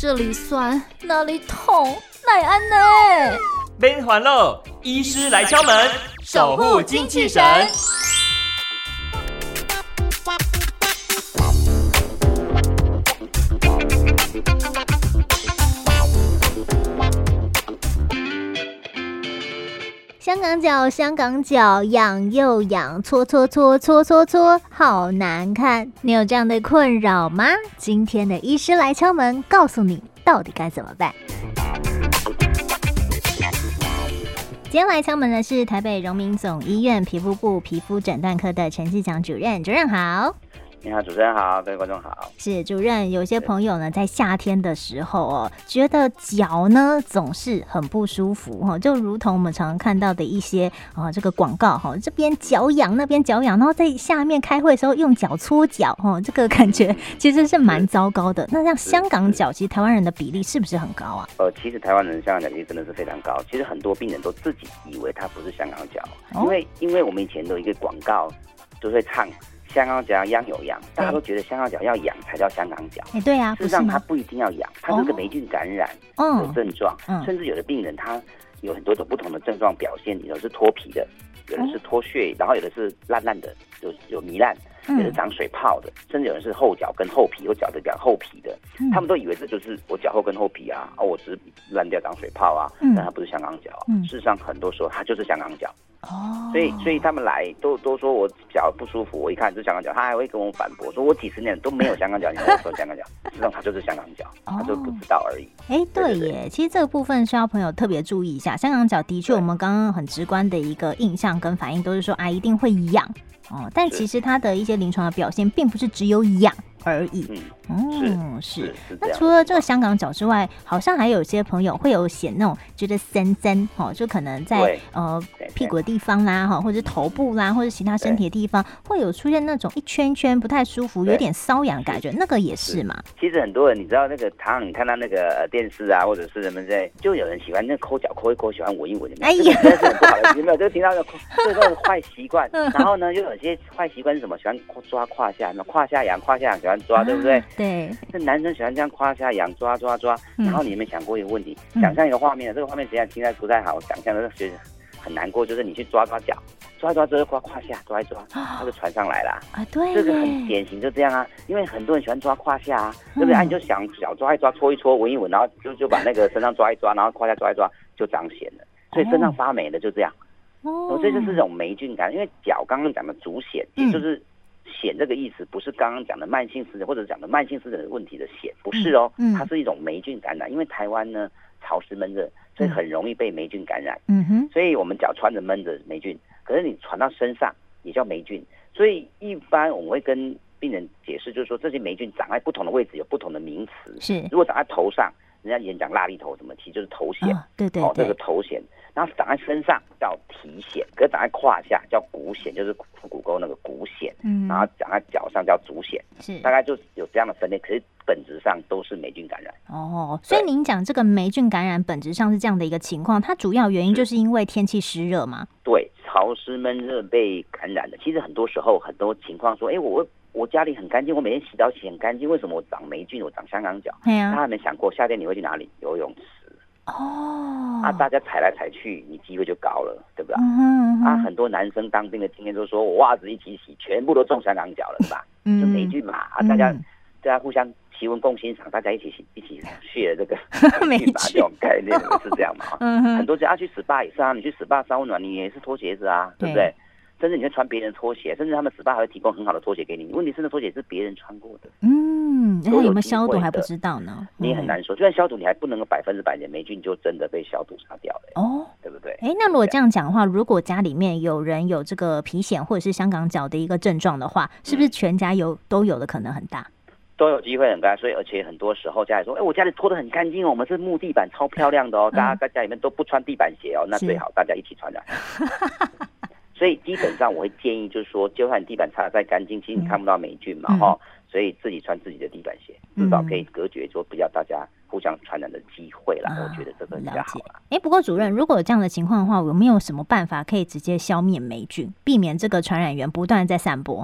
这里酸，那里痛，奈安呢？ 免烦恼，医师来敲门，守护精气神。 香港脚，香港脚，痒又痒，搓搓搓搓搓搓，好难看。你有这样的困扰吗？今天的医师来敲门，告诉你到底该怎么办。今天来敲门的是台北荣民总医院皮肤部皮肤诊断科的陈志强主任，主任好。 你好，主持人好，各位观众好。 是主任，有些朋友呢，在夏天的时候觉得脚呢总是很不舒服就如同我们常常看到的一些这个广告这边脚痒，那边脚痒，然后在下面开会的时候用脚搓脚这个感觉其实是蛮糟糕的。那像香港脚，其实台湾人的比例是不是很高啊？ 其实台湾人香港脚比例真的是非常高。其实很多病人都自己以为它不是香港脚，因为我们以前都有一个广告就会唱。香港脚痒有痒，大家都觉得香港脚要痒才叫香港脚。 对啊， 事实上它不一定要痒，它是个霉菌感染的症状，甚至有的病人他有很多种不同的症状表现，有的是脱皮的，有的是脱屑，然后有的是烂烂的，有糜烂，有的长水泡的，甚至有人是后脚跟后皮或脚的脚后皮的，他们都以为这就是我脚后跟后皮啊，我只是烂掉长水泡啊，但它不是香港脚。事实上很多时候它就是香港脚。所以他们来都说我脚不舒服，我一看是香港脚，他还会跟我反驳说我几十年都没有香港脚，你跟我说香港脚，实际上他就是香港脚，他就不知道而已。 对耶，其实这个部分需要朋友特别注意一下。香港脚的确，我们刚刚很直观的一个印象跟反应都是说一定会痒但其实它的一些临床的表现并不是只有痒而已。是。那除了这个香港脚之外，好像还有些朋友会有显那种觉得森就可能在屁股的地方啦或者是头部啦，或者其他身体的地方会有出现那种一圈圈不太舒服，有点瘙痒感觉，那个也是嘛？ 其实很多人你知道那个你看到那个电视啊，或者是人们在就有人喜欢那抠脚抠一抠，喜欢闻一闻， 哎呀， 这是很不好的，有没有？就听到这种坏习惯。然后呢，又有些坏习惯是什么？喜欢抓胯下，胯下痒喜欢抓，对不对？ 对， 这男生喜欢这样胯下痒抓，然后你有没有想过一个问题？想象一个画面，这个画面现在不太好想象的，觉得很难过，就是你去抓脚，抓之后胯下抓一抓，它就传上来啦。 对， 这个很典型，就这样啊。因为很多人喜欢抓胯下对不对？你就想脚抓一抓，搓一搓，闻一闻，然后就把那个身上抓一抓，然后胯下抓一抓，就长癣了。所以身上发霉的就这样。这就是这种霉菌感，因为脚刚刚讲的足癣，也就是癣这个意思，不是刚刚讲的慢性湿疹或者讲的慢性湿疹的问题的癣，不是它是一种霉菌感染。因为台湾呢潮湿闷热，所以很容易被霉菌感染。所以我们脚穿着闷着霉菌，可是你传到身上也叫霉菌。所以一般我们会跟病人解释，就是说这些霉菌长在不同的位置有不同的名词。 是，如果长在头上，人家以前讲蜡痢头什么，其实就是头癣。 对， 这个头癣。然后长在身上叫蹄癣，可是长在胯下叫股癣，就是骨沟那个股癣。然后长在脚上叫足癣，大概就有这样的分类。可是本质上都是霉菌感染。 所以您讲这个霉菌感染本质上是这样的一个情况，它主要原因就是因为天气湿热吗？ 对，潮湿闷热被感染的。其实很多时候很多情况说，我家里很干净，我每天洗澡洗很干净，为什么我长霉菌，我长香港脚？他还没想过夏天你会去哪里？游泳池。大家踩来踩去，你机会就高了，对不对？很多男生当兵的经验都说，我袜子一起洗，全部都中香港脚了，是吧？就霉菌嘛，大家互相奇闻共欣赏，大家一起血这个霉菌吧，这种概念是这样嘛？很多人去 SPA 也是啊，你去 SPA 烧温暖，你也是脱鞋子啊，对不对？甚至你会穿别人的拖鞋，甚至他们 SPA 还会提供很好的拖鞋给你。问题是那拖鞋是别人穿过的， 有没有消毒还不知道呢？ 你也很难说，就算消毒，你还不能够100%的霉菌就真的被消毒杀掉了对不对？ 那如果这样讲的话，如果家里面有人有这个皮癣或者是香港脚的一个症状的话，是不是全家都有的可能很大？ 都有机会很大，所以而且很多时候家里说，我家里拖得很干净我们是木地板超漂亮的大家在家里面都不穿地板鞋那最好大家一起穿染。所以基本上我会建议，就是说，就算你地板擦得再干净，其实你看不到霉菌嘛，所以自己穿自己的地板鞋，至少可以隔绝说不要大家互相传染的机会啦。我觉得这个比较好啦。 不过主任，如果有这样的情况的话，有没有什么办法可以直接消灭霉菌，避免这个传染源不断在散播？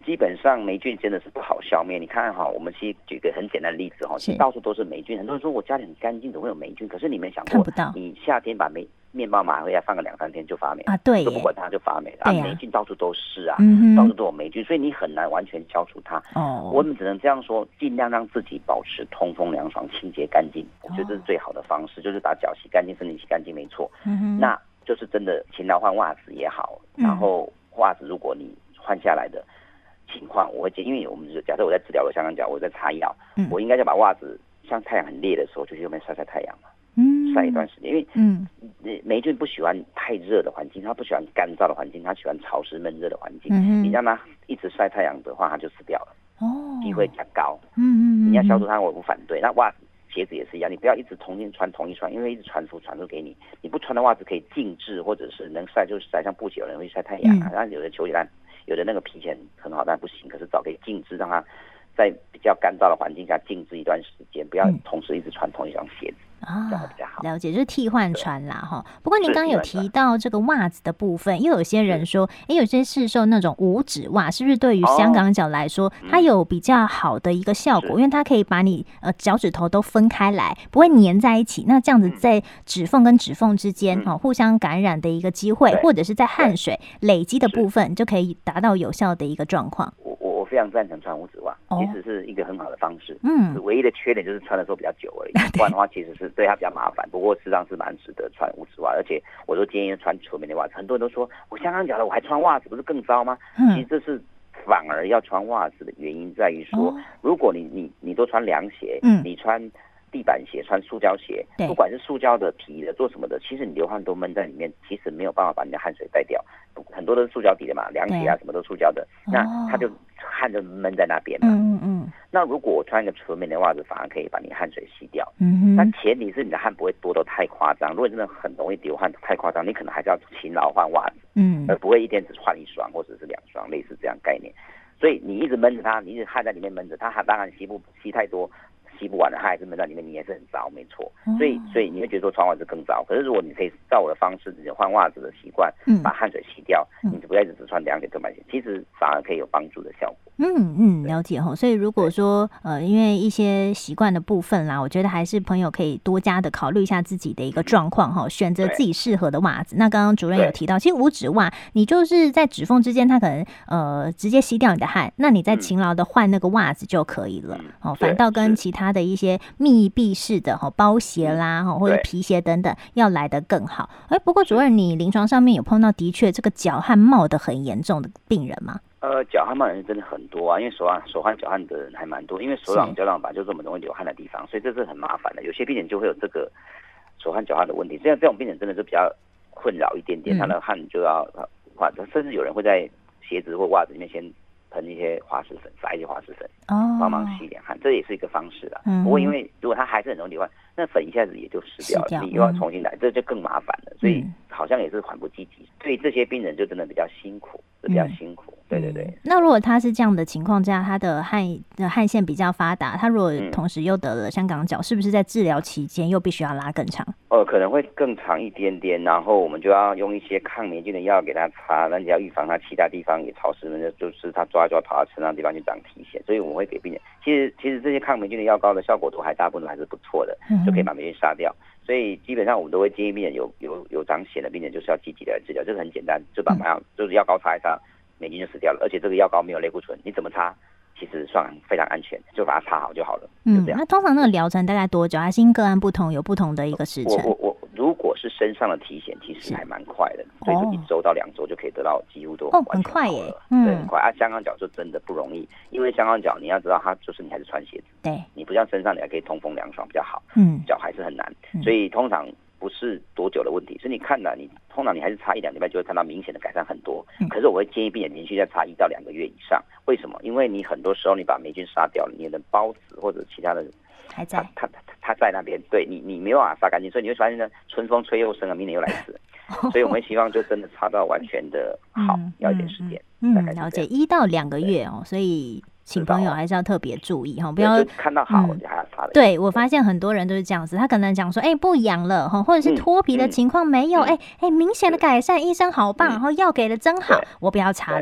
基本上霉菌真的是不好消灭。你看哈，我们其实举个很简单的例子哈，其实到处都是霉菌。很多人说我家里很干净，怎么会有霉菌？可是你没想过， 看不到。你夏天把面包买回来放个2-3天就发霉啊，对， 都不管它就发霉了。霉菌到处都是啊，到处都有霉菌，所以你很难完全消除它。我们只能这样说，尽量让自己保持通风凉爽、清洁干净。我觉得这是最好的方式，就是把脚洗干净，身体洗干净，没错。那就是真的勤劳换袜子也好，然后袜子如果你换下来的情况，我会建议，因为我们假设我在治疗的香港脚，我在擦药，我应该就把袜子像太阳很烈的时候就去外面晒晒太阳嘛，晒一段时间，因为霉菌不喜欢太热的环境，它不喜欢干燥的环境，它喜欢潮湿闷热的环境。你让它一直晒太阳的话，它就死掉了，机会比较高。你要消除它，我不反对。那袜子、鞋子也是一样，你不要一直同一穿，因为一直传输给你。你不穿的袜子可以静置，或者是能晒就晒，像布鞋有人会晒太阳啊，然后有的球鞋蛋。有的那个皮鞋很好，但不行。可是早可以静置，让它在比较干燥的环境下静置一段时间，不要同时一直穿同一双鞋子。这样会比较好。 了解，就是替换穿啦哈。不过您刚刚有提到这个袜子的部分，因为有些人说，有些市售那种无指袜，是不是对于香港脚来说，它有比较好的一个效果？因为它可以把你脚趾头都分开来，不会粘在一起。那这样子在指缝跟指缝之间互相感染的一个机会，或者是在汗水累积的部分，就可以达到有效的一个状况。 我非常赞成穿无指袜，其实是一个很好的方式。唯一的缺点就是穿的时候比较久而已，不然的话其实是对它比较麻烦。不过事实上是蛮值得穿无指袜，而且我都建议穿纯棉的袜子。很多人都说我香港脚了，我还穿袜子，不是更糟吗？其实这是反而要穿袜子的原因在于说，如果你都穿凉鞋，你穿地板鞋、穿塑胶鞋，不管是塑胶的、皮的、做什么的，其实你流汗都闷在里面，其实没有办法把你的汗水带掉。很多都是塑胶底的嘛，凉鞋啊什么都塑胶的，那它就汗就闷在那边嘛。那如果我穿一个纯棉的袜子，反而可以把你汗水吸掉。那前提是你的汗不会多到太夸张。如果真的很容易流汗太夸张，你可能还是要勤劳换袜子，而不会一天只换1双或者是2双，类似这样概念。所以你一直闷着它，你一直汗在里面闷着它，当然吸太多。吸不完的，它还是闷在里面，你也是很糟，没错。所以你会觉得说穿袜子更糟。可是如果你可以照我的方式，你换袜子的习惯，把汗水吸掉，你就不要一直只穿凉鞋、正白鞋，其实反而可以有帮助的效果。 了解哈。所以如果说因为一些习惯的部分啦，我觉得还是朋友可以多加的考虑一下自己的一个状况哈，选择自己适合的袜子。那刚刚主任有提到，其实无指袜，你就是在指缝之间，它可能直接吸掉你的汗，那你再勤劳的换那个袜子就可以了。反倒跟其他的一些密闭式的包鞋啦或者皮鞋等等要来得更好。不过主任，你临床上面有碰到的确这个脚汗冒得很严重的病人吗？ 脚汗冒的人真的很多啊，因为手汗脚汗的人还蛮多，因为手掌脚掌板就是我们容易流汗的地方，所以这是很麻烦的。有些病人就会有这个手汗脚汗的问题，这种病人真的是比较困扰一点点，他的汗就要换，甚至有人会在鞋子或袜子里面先喷一些滑石粉，撒一些滑石粉，帮忙吸一点汗，这也是一个方式啦。不过因为如果他还是很容易流汗，那粉一下子也就湿掉了，你又要重新来，这就更麻烦了。所以好像也是缓不济急，对这些病人就真的比较辛苦，比较辛苦。对。 那如果他是这样的情况下，他的汗腺比较发达，他如果同时又得了香港脚，是不是在治疗期间又必须要拉更长？ 可能会更长一点点，然后我们就要用一些抗霉菌的药给他擦，那你要预防他其他地方也潮湿，就是他抓跑到身上的地方去长体癣，所以我们会给病人，其实这些抗霉菌的药膏的效果都大部分还是不错的，就可以把霉菌杀掉。所以基本上我们都会建议病人有长癣的病人就是要积极的来治疗，这个很简单，就把就是药膏擦一擦，霉菌就死掉了，而且这个药膏没有类固醇，你怎么擦其实算非常安全，就把它擦好就好了。就这样。 那通常那个疗程大概多久？还是因个案不同有不同的一个时程？ 我如果是身上的体癣，其实还蛮快的，所以就1周到2周就可以得到几乎都完全好了。 很快耶， 对，很快啊。香港脚就真的不容易，因为香港脚你要知道，它就是你还是穿鞋子， 对， 你不像身上你还可以通风凉爽比较好，脚还是很难，所以通常不是多久的问题，所以你看了，通常你还是擦1-2礼拜就会看到明显的改善很多。可是我会建议病人连续再擦1到2个月以上，为什么？因为你很多时候你把霉菌杀掉了，你的孢子或者其他的还在， 它在那边，对你没有办法杀干净，所以你会发现呢，春风吹又生了，明年又来一次。所以我们希望就真的擦到完全的好，要一点时间。 了解，1到2个月所以请朋友还是要特别注意不要看到好就还要擦。 对，我发现很多人都是这样子，他可能讲说不痒了或者是脱皮的情况没有，明显的改善，医生好棒，然后药给的真好，我不要擦了。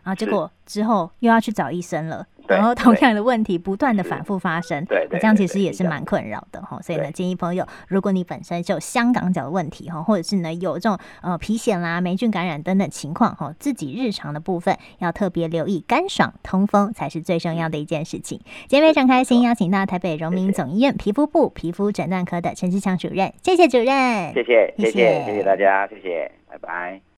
然后结果之后又要去找医生了，然后同样的问题不断的反复发生，这样其实也是蛮困扰的哈。所以呢，建议朋友，如果你本身就有香港脚的问题哈，或者是呢有这种皮癣啦、霉菌感染等等情况哈，自己日常的部分要特别留意干爽通风才是最重要的一件事情。今天非常开心邀请到台北荣民总医院皮肤部皮肤诊断科的陈志强主任，谢谢主任， 谢谢大家，谢谢，拜拜。